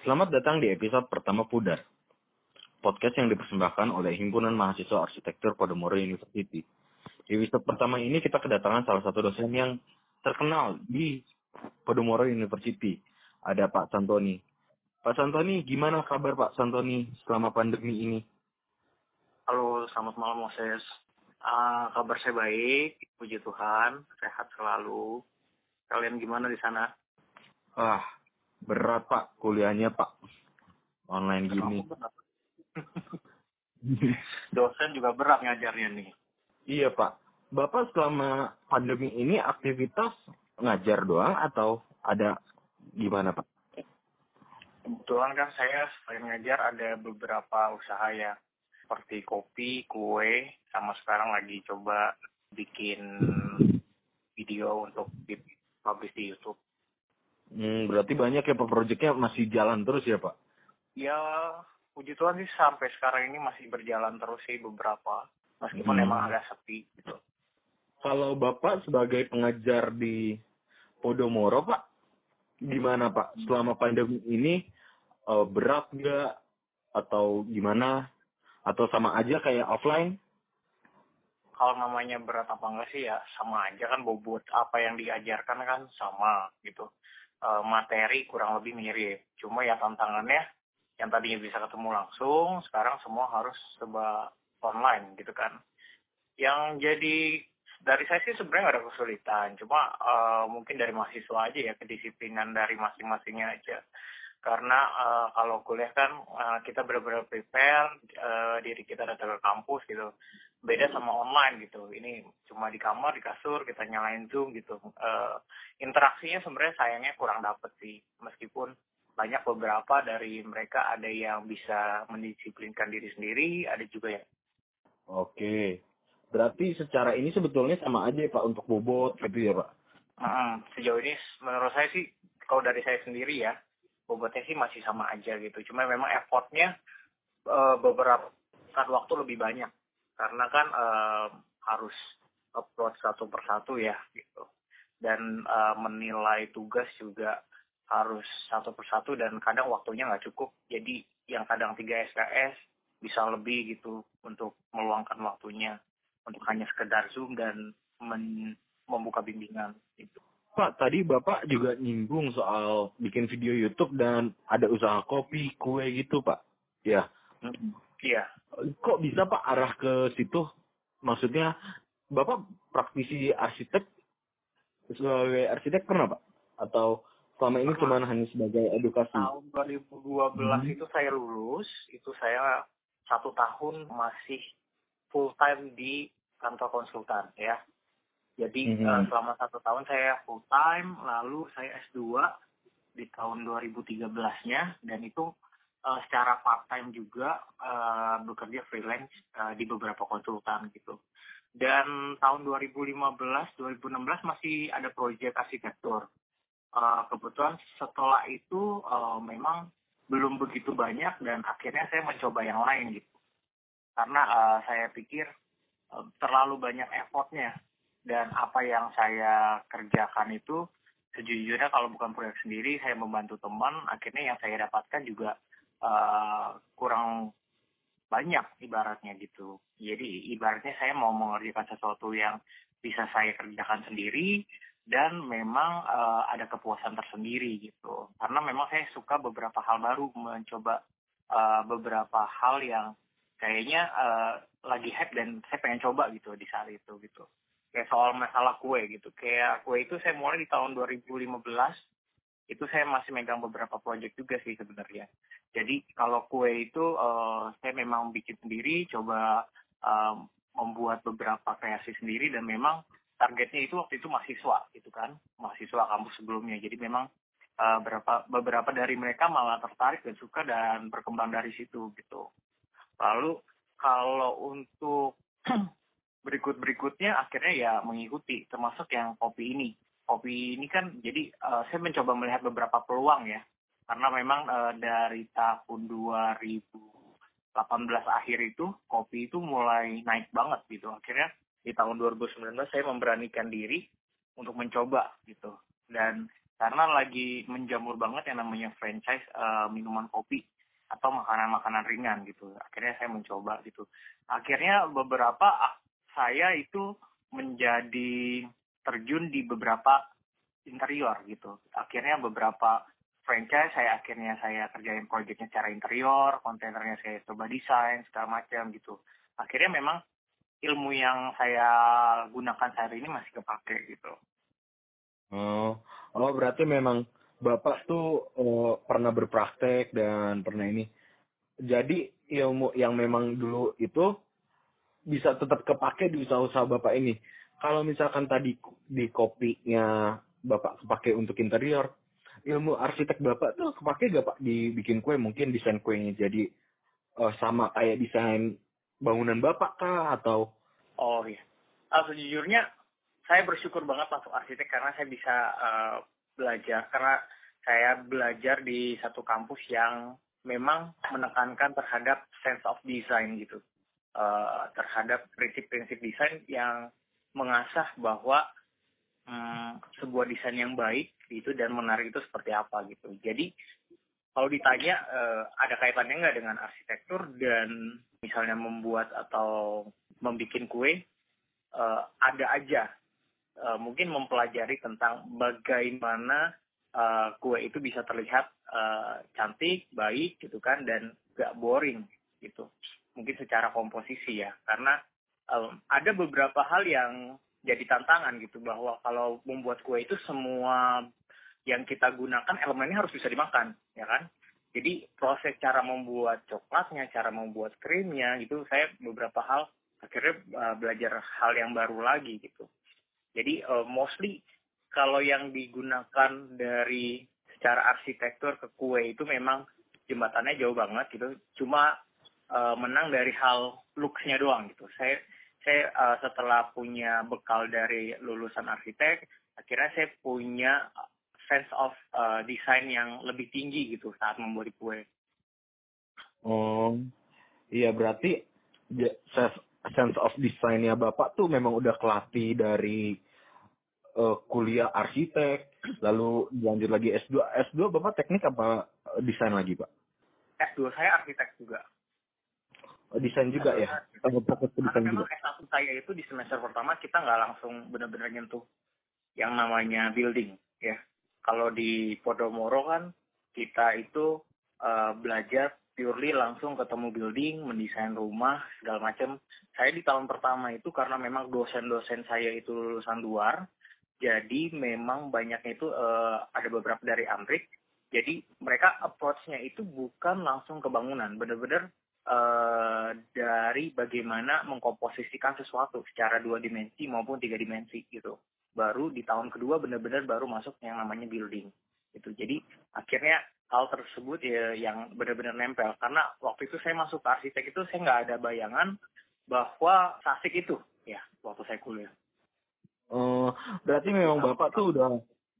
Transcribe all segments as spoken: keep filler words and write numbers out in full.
Selamat datang di episode pertama Pudar, podcast yang dipersembahkan oleh Himpunan Mahasiswa Arsitektur Podomoro University. Di episode pertama ini kita kedatangan salah satu dosen yang terkenal di Podomoro University. Ada Pak Santoni. Pak Santoni, gimana kabar Pak Santoni selama pandemi ini? Halo, selamat malam Moses. Uh, kabar saya baik, puji Tuhan, sehat selalu. Kalian gimana di sana? Ah, berat Pak kuliahnya Pak. Online gini. Dosen juga berat ngajarnya nih. Iya Pak. Bapak selama pandemi ini aktivitas ngajar doang atau ada gimana Pak? Kebetulan kan saya selain ngajar ada beberapa usaha ya, seperti kopi, kue, sama sekarang lagi coba bikin video untuk dipublish di YouTube. Hmm, berarti banyak ya Pak, proyeknya masih jalan terus ya Pak? Ya, puji Tuhan sih sampai sekarang ini masih berjalan terus sih beberapa, meskipun Hmm. emang agak sepi gitu. Kalau Bapak sebagai pengajar di Podomoro Pak, gimana Pak? Selama pandemi ini eh, berat nggak? Atau gimana? Atau sama aja kayak offline? Kalau namanya berat apa enggak sih ya sama aja kan, bobot apa yang diajarkan kan sama gitu. E, materi kurang lebih mirip. Cuma ya tantangannya yang tadinya bisa ketemu langsung, sekarang semua harus serba online gitu kan. Yang jadi dari saya sih sebenarnya nggak ada kesulitan. Cuma e, mungkin dari mahasiswa aja ya, kedisiplinan dari masing-masingnya aja. Karena uh, kalau kuliah kan uh, kita benar-benar prepare uh, diri kita datang ke kampus gitu. Beda sama online gitu. Ini cuma di kamar, di kasur, kita nyalain Zoom gitu. Uh, interaksinya sebenarnya sayangnya kurang dapet sih. Meskipun banyak beberapa dari mereka ada yang bisa mendisiplinkan diri sendiri, ada juga yang... Oke. Berarti secara ini sebetulnya sama aja ya Pak untuk bobot gitu ya Pak? Hmm, sejauh ini menurut saya sih, kalau dari saya sendiri ya, bobotnya sih masih sama aja gitu. Cuma memang effortnya uh, beberapa saat waktu lebih banyak. Karena kan uh, harus upload satu persatu ya gitu. Dan uh, menilai tugas juga harus satu persatu dan kadang waktunya nggak cukup. Jadi yang kadang tiga S K S bisa lebih gitu untuk meluangkan waktunya untuk hanya sekedar Zoom dan men- membuka bimbingan gitu. Pak, tadi Bapak juga nyinggung soal bikin video YouTube dan ada usaha kopi, kue gitu, Pak. Ya. Hmm. Iya. Kok bisa, Pak, arah ke situ? Maksudnya, Bapak praktisi arsitek, sebagai arsitek pernah, Pak? Atau selama ini cuma hanya sebagai edukasi? Tahun dua ribu dua belas Hmm. itu saya lulus, itu saya satu tahun masih full time di kantor konsultan ya. Jadi Hmm. uh, selama satu tahun saya full time, lalu saya S dua di tahun dua ribu tiga belas-nya, dan itu uh, secara part time juga uh, bekerja freelance uh, di beberapa konsultan gitu. Dan tahun dua ribu lima belas, dua ribu enam belas masih ada proyek arsitektur. Uh, kebetulan setelah itu uh, memang belum begitu banyak dan akhirnya saya mencoba yang lain gitu. Karena uh, saya pikir uh, terlalu banyak effortnya. Dan apa yang saya kerjakan itu sejujurnya kalau bukan proyek sendiri, saya membantu teman, akhirnya yang saya dapatkan juga uh, kurang banyak ibaratnya gitu. Jadi ibaratnya saya mau mengerjakan sesuatu yang bisa saya kerjakan sendiri dan memang uh, ada kepuasan tersendiri gitu. Karena memang saya suka beberapa hal baru, mencoba uh, beberapa hal yang kayaknya uh, lagi hype dan saya pengen coba gitu di saat itu gitu. Kayak soal masalah kue gitu. Kayak kue itu saya mulai di tahun dua ribu lima belas, itu saya masih megang beberapa proyek juga sih sebenarnya. Jadi kalau kue itu uh, saya memang bikin sendiri, coba uh, membuat beberapa kreasi sendiri dan memang targetnya itu waktu itu mahasiswa gitu kan, mahasiswa kampus sebelumnya. Jadi memang uh, beberapa beberapa dari mereka malah tertarik dan suka dan berkembang dari situ gitu. Lalu kalau untuk berikut-berikutnya akhirnya ya mengikuti, termasuk yang kopi ini. Kopi ini kan jadi uh, saya mencoba melihat beberapa peluang ya. Karena memang uh, dari tahun dua ribu delapan belas akhir itu kopi itu mulai naik banget gitu. Akhirnya di tahun dua ribu sembilan belas saya memberanikan diri untuk mencoba gitu. Dan karena lagi menjamur banget yang namanya franchise uh, minuman kopi atau makanan-makanan ringan gitu. Akhirnya saya mencoba gitu. Akhirnya beberapa saya itu menjadi terjun di beberapa interior gitu. Akhirnya beberapa franchise saya akhirnya saya kerjain proyeknya secara interior, kontainernya saya coba desain segala macam gitu. Akhirnya memang ilmu yang saya gunakan saat ini masih kepake gitu. Oh, oh berarti memang Bapak tuh oh, pernah berpraktek dan pernah ini. Jadi ilmu yang memang dulu itu bisa tetap kepake di usaha-usaha Bapak ini. Kalau misalkan tadi di kopinya Bapak kepake untuk interior, ilmu arsitek Bapak tuh kepake gak Pak dibikin kue? Mungkin desain kuenya jadi eh, sama kayak desain bangunan Bapak kah atau? Oh iya. Uh, sejujurnya saya bersyukur banget masuk arsitek karena saya bisa uh, belajar karena saya belajar di satu kampus yang memang menekankan terhadap sense of design gitu. Uh, terhadap prinsip-prinsip desain yang mengasah bahwa um, sebuah desain yang baik itu dan menarik itu seperti apa gitu. Jadi kalau ditanya uh, ada kaitannya nggak dengan arsitektur dan misalnya membuat atau membuat kue, uh, ada aja. Uh, mungkin mempelajari tentang bagaimana uh, kue itu bisa terlihat uh, cantik, baik gitu kan, dan gak boring gitu. Mungkin secara komposisi ya, karena um, ada beberapa hal yang jadi tantangan gitu, bahwa kalau membuat kue itu semua yang kita gunakan elemennya harus bisa dimakan, ya kan? Jadi proses cara membuat coklatnya, cara membuat krimnya, itu saya beberapa hal akhirnya uh, belajar hal yang baru lagi gitu. Jadi uh, mostly kalau yang digunakan dari secara arsitektur ke kue itu memang jembatannya jauh banget gitu. Cuma uh, menang dari hal looks-nya doang gitu. Saya saya uh, setelah punya bekal dari lulusan arsitek, akhirnya saya punya sense of uh, design yang lebih tinggi gitu saat membuat kue. Oh, iya berarti sense of design-nya Bapak tuh memang udah kelatih dari uh, kuliah arsitek, lalu lanjut lagi S dua. S dua Bapak teknik apa uh, desain lagi, Pak? S dua saya arsitek juga. Uh, desain juga ya? Uh, fokus ke Karena desain memang juga? S satu saya itu di semester pertama kita nggak langsung benar-benar nyentuh yang namanya building ya. Kalau di Podomoro kan kita itu uh, belajar purely langsung ketemu building, mendesain rumah segala macam. Saya di tahun pertama itu karena memang dosen-dosen saya itu lulusan luar, jadi memang banyaknya itu uh, ada beberapa dari Amrik. Jadi mereka approach-nya itu bukan langsung ke bangunan, benar-benar uh, dari bagaimana mengkomposisikan sesuatu secara dua dimensi maupun tiga dimensi gitu. Baru di tahun kedua benar-benar baru masuk yang namanya building gitu. Jadi akhirnya hal tersebut ya yang benar-benar nempel karena waktu itu saya masuk ke arsitek itu saya nggak ada bayangan bahwa asik itu ya waktu saya kuliah. Uh, berarti memang Bapak tuh udah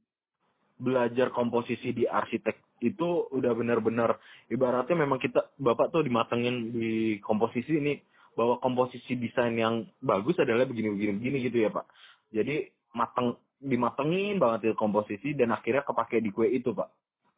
belajar komposisi di arsitek itu udah benar-benar ibaratnya memang kita Bapak tuh dimatengin di komposisi ini bahwa komposisi desain yang bagus adalah begini-begini begini gitu ya Pak. Jadi mateng dimatengin banget di komposisi dan akhirnya kepake di kue itu Pak.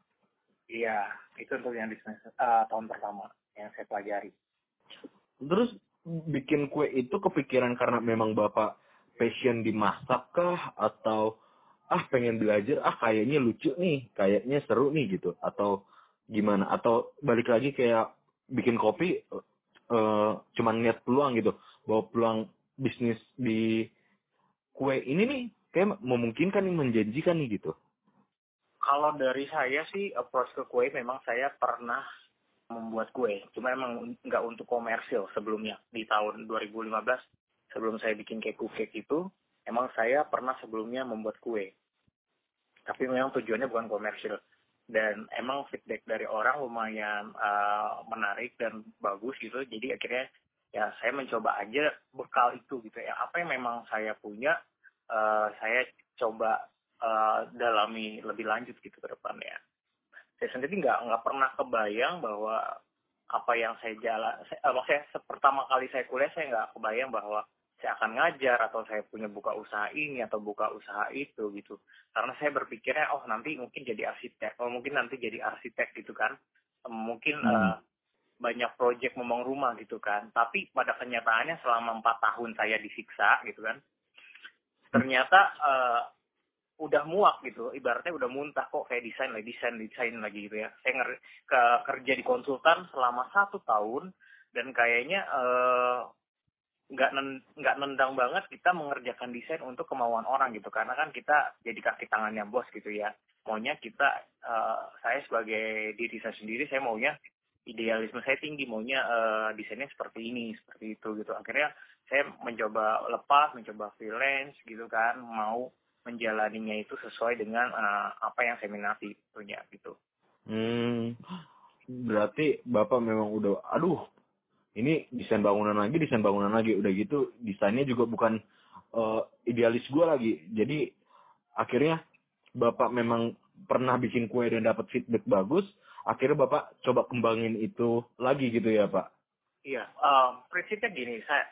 Iya, itu untuk yang di semester, uh, tahun pertama yang saya pelajari. Terus bikin kue itu kepikiran karena memang Bapak passion di masak kah atau ah pengen belajar ah kayaknya lucu nih, kayaknya seru nih gitu atau gimana atau balik lagi kayak bikin kopi uh, cuman lihat peluang gitu, bahwa peluang bisnis di kue ini nih kayak memungkinkan nih, menjanjikan nih gitu. Kalau dari saya sih approach ke kue memang saya pernah membuat kue, cuma emang nggak untuk komersil sebelumnya. Di tahun dua ribu lima belas sebelum saya bikin cake cake itu, emang saya pernah sebelumnya membuat kue. Tapi memang tujuannya bukan komersil. Dan emang feedback dari orang lumayan uh, menarik dan bagus gitu. Jadi akhirnya ya saya mencoba aja bekal itu gitu ya. Apa yang memang saya punya, uh, saya coba uh, dalami lebih lanjut gitu ke depannya. Saya sendiri nggak nggak pernah kebayang bahwa apa yang saya jalan, saya, uh, maksudnya pertama kali saya kuliah saya nggak kebayang bahwa saya akan ngajar atau saya punya buka usaha ini atau buka usaha itu gitu. Karena saya berpikirnya oh nanti mungkin jadi arsitek, oh mungkin nanti jadi arsitek gitu kan. Mungkin Hmm. uh, banyak proyek membangun rumah gitu kan. Tapi pada kenyataannya selama empat tahun saya disiksa gitu kan. Ternyata uh, udah muak gitu, ibaratnya udah muntah kok kayak desain lagi, desain, desain lagi gitu ya. Saya nger- ke kerja di konsultan selama satu tahun dan kayaknya uh, nggak nen, nggak nendang banget kita mengerjakan desain untuk kemauan orang gitu, karena kan kita jadi kaki tangannya bos gitu ya. Maunya kita, uh, saya sebagai diri saya sendiri, saya maunya idealisme saya tinggi, maunya uh, desainnya seperti ini, seperti itu gitu. Akhirnya saya mencoba lepas, mencoba freelance gitu kan, mau menjalaninya itu sesuai dengan uh, apa yang saya minati tentunya gitu. Hmm, berarti Bapak memang udah, aduh, ini desain bangunan lagi, desain bangunan lagi. Udah gitu, desainnya juga bukan uh, idealis gue lagi. Jadi, akhirnya Bapak memang pernah bikin kue dan dapat feedback bagus. Akhirnya Bapak coba kembangin itu lagi gitu ya, Pak? Iya, uh, prinsipnya gini, saya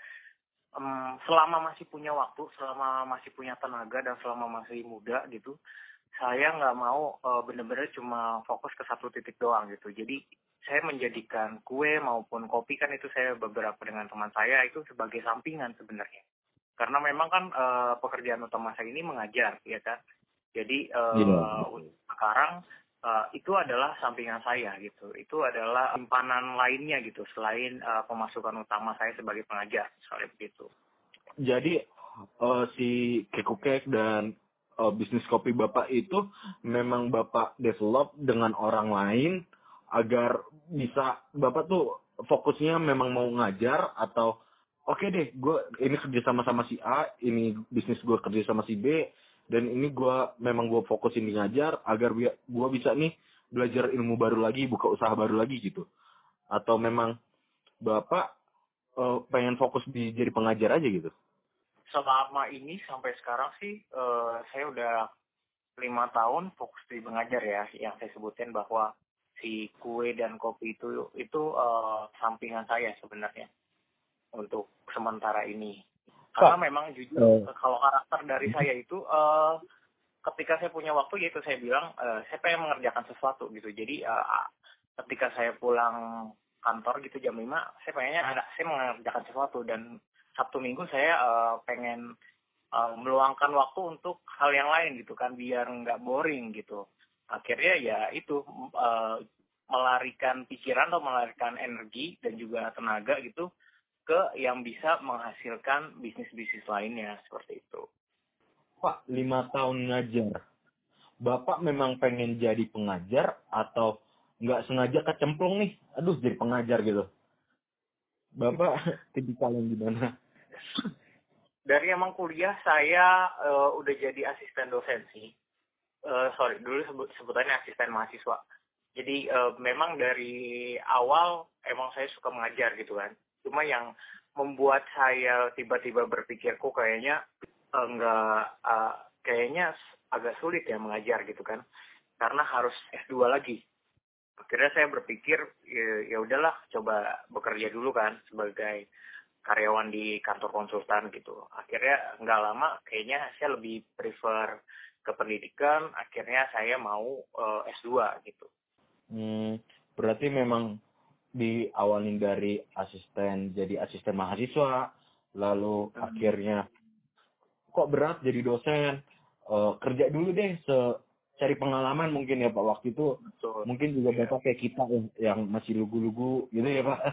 Um, selama masih punya waktu, selama masih punya tenaga, dan selama masih muda gitu, saya nggak mau uh, benar-benar cuma fokus ke satu titik doang gitu. Jadi saya menjadikan kue maupun kopi kan itu saya beberapa dengan teman saya itu sebagai sampingan sebenarnya. Karena memang kan uh, pekerjaan utama saya ini mengajar, ya kan. Jadi uh, Iya. sekarang uh, itu adalah sampingan saya gitu. Itu adalah simpanan lainnya gitu selain uh, pemasukan utama saya sebagai pengajar, misalnya begitu. Jadi uh, si Kekukek dan uh, bisnis kopi Bapak itu memang Bapak develop dengan orang lain agar bisa Bapak tuh fokusnya memang mau ngajar atau oke okay deh, gue ini kerja sama sama si A, ini bisnis gue kerja sama si B, dan ini gue memang gue fokusin di ngajar agar gue bisa nih belajar ilmu baru lagi, buka usaha baru lagi gitu. Atau memang Bapak uh, pengen fokus di jadi pengajar aja gitu? Selama ini sampai sekarang sih uh, saya udah lima tahun fokus di mengajar ya, yang saya sebutin bahwa si kue dan kopi itu itu uh, sampingan saya sebenarnya untuk sementara ini. Karena Pak, memang jujur uh, kalau karakter dari saya itu uh, ketika saya punya waktu yaitu saya bilang uh, saya pengen mengerjakan sesuatu gitu. Jadi uh, ketika saya pulang kantor gitu jam lima, saya pengennya ada saya mengerjakan sesuatu, dan Sabtu Minggu saya uh, pengen uh, meluangkan waktu untuk hal yang lain gitu kan, biar nggak boring gitu. Akhirnya ya itu uh, melarikan pikiran atau melarikan energi dan juga tenaga gitu ke yang bisa menghasilkan bisnis-bisnis lainnya seperti itu. Pak, lima tahun ngajar. Bapak memang pengen jadi pengajar atau nggak sengaja kecemplung nih? Aduh, jadi pengajar gitu. Bapak tipikal yang gimana? Dari emang kuliah saya uh, udah jadi asisten dosen sih. Uh, sorry, dulu sebut sebutannya asisten mahasiswa. Jadi uh, memang dari awal emang saya suka mengajar gitu kan. Cuma yang membuat saya tiba-tiba berpikir kok kayaknya uh, nggak uh, kayaknya agak sulit ya mengajar gitu kan. Karena harus S dua lagi. Akhirnya saya berpikir ya, ya udahlah coba bekerja dulu kan sebagai karyawan di kantor konsultan gitu. Akhirnya nggak lama kayaknya saya lebih prefer ke pendidikan, akhirnya saya mau uh, S dua gitu. Hmm, berarti memang diawalin dari asisten jadi asisten mahasiswa, lalu Hmm. akhirnya kok berat jadi dosen. Uh, kerja dulu deh, se cari pengalaman mungkin ya Pak waktu itu. Betul. Mungkin juga Yeah. Bapak kayak kita yang, yang masih lugu-lugu gitu ya Pak.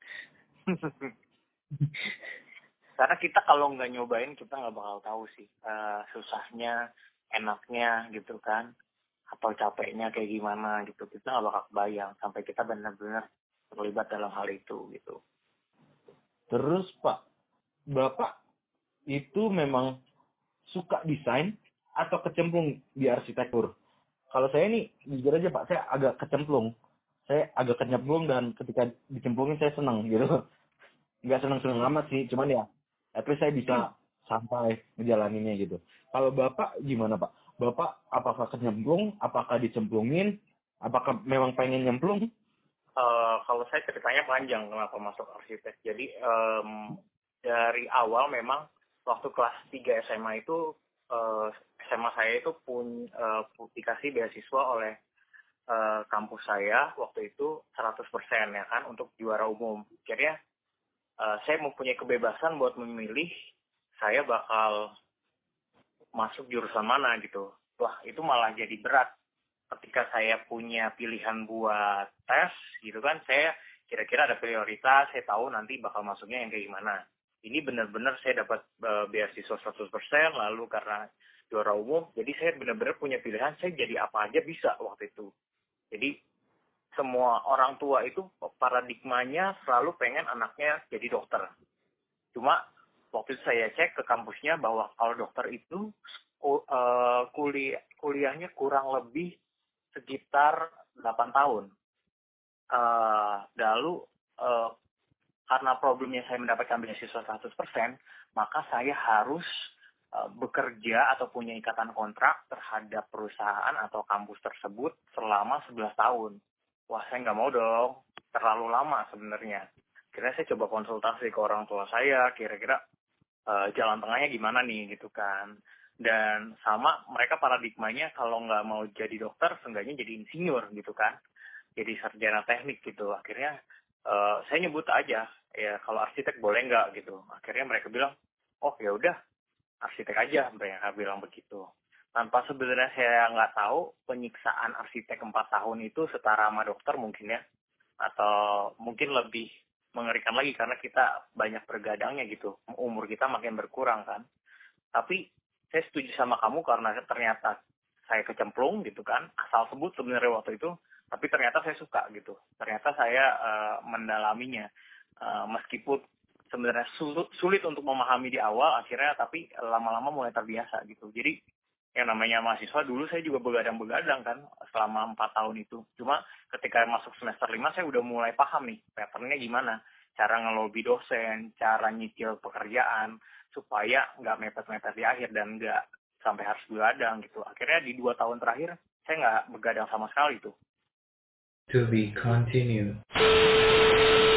Karena kita kalau nggak nyobain kita nggak bakal tahu sih uh, susahnya, enaknya gitu kan, atau capeknya kayak gimana gitu. Kita nggak bakal kebayang sampai kita benar-benar terlibat dalam hal itu gitu. Terus Pak, Bapak itu memang suka desain atau kecemplung di arsitektur? Kalau saya nih, jujur aja Pak, saya agak kecemplung. Saya agak kecemplung dan ketika dicemplungin saya senang gitu. Nggak senang-senang amat sih, cuman ya, at least saya bisa sampai ngejalaninnya gitu. Kalau Bapak gimana Pak? Bapak apakah kecemplung, apakah dicemplungin, apakah memang pengen nyemplung? Uh, kalau saya ceritanya panjang kenapa masuk arsitek. Jadi um, dari awal memang waktu kelas tiga S M A itu uh, S M A saya itu pun uh, dikasih beasiswa oleh uh, kampus saya waktu itu seratus persen ya kan untuk juara umum. Jadi ya uh, saya mempunyai kebebasan buat memilih saya bakal masuk jurusan mana gitu. Wah, itu malah jadi berat ketika saya punya pilihan buat tes gitu kan, saya kira-kira ada prioritas, saya tahu nanti bakal masuknya yang kayak gimana. Ini benar-benar saya dapat uh, beasiswa seratus persen, lalu karena juara umum, jadi saya benar-benar punya pilihan, saya jadi apa aja bisa waktu itu. Jadi semua orang tua itu paradigmanya selalu pengen anaknya jadi dokter. Cuma waktu itu saya cek ke kampusnya bahwa kalau dokter itu uh, kuliah kuliahnya kurang lebih sekitar delapan tahun. Uh, lalu uh, karena problemnya saya mendapatkan beasiswa seratus persen, maka saya harus uh, bekerja atau punya ikatan kontrak terhadap perusahaan atau kampus tersebut selama sebelas tahun. Wah, saya nggak mau dong, terlalu lama sebenarnya. Kira saya coba konsultasi ke orang tua saya, kira-kira uh, jalan tengahnya gimana nih gitu kan. Dan sama mereka paradigmanya kalau nggak mau jadi dokter, seenggaknya jadi insinyur gitu kan. Jadi sarjana teknik gitu. Akhirnya uh, saya nyebut aja, ya kalau arsitek boleh nggak gitu. Akhirnya mereka bilang, oh ya udah arsitek aja, mereka bilang begitu. Tanpa sebenarnya saya nggak tahu penyiksaan arsitek empat tahun itu setara sama dokter mungkin ya. Atau mungkin lebih mengerikan lagi karena kita banyak bergadangnya gitu. Umur kita makin berkurang kan. Tapi saya setuju sama kamu karena ternyata saya kecemplung gitu kan, asal sebut sebenarnya waktu itu, tapi ternyata saya suka gitu. Ternyata saya uh, mendalaminya, uh, meskipun sebenarnya sulit, sulit untuk memahami di awal, akhirnya tapi lama-lama mulai terbiasa gitu. Jadi yang namanya mahasiswa dulu saya juga begadang-begadang kan selama empat tahun itu. Cuma ketika masuk semester lima saya udah mulai paham nih patternnya gimana, cara ngelobi dosen, cara nyicil pekerjaan, supaya nggak mepet-mepet di akhir dan nggak sampai harus begadang gitu. Akhirnya di dua tahun terakhir saya nggak begadang sama sekali tuh. To be continued.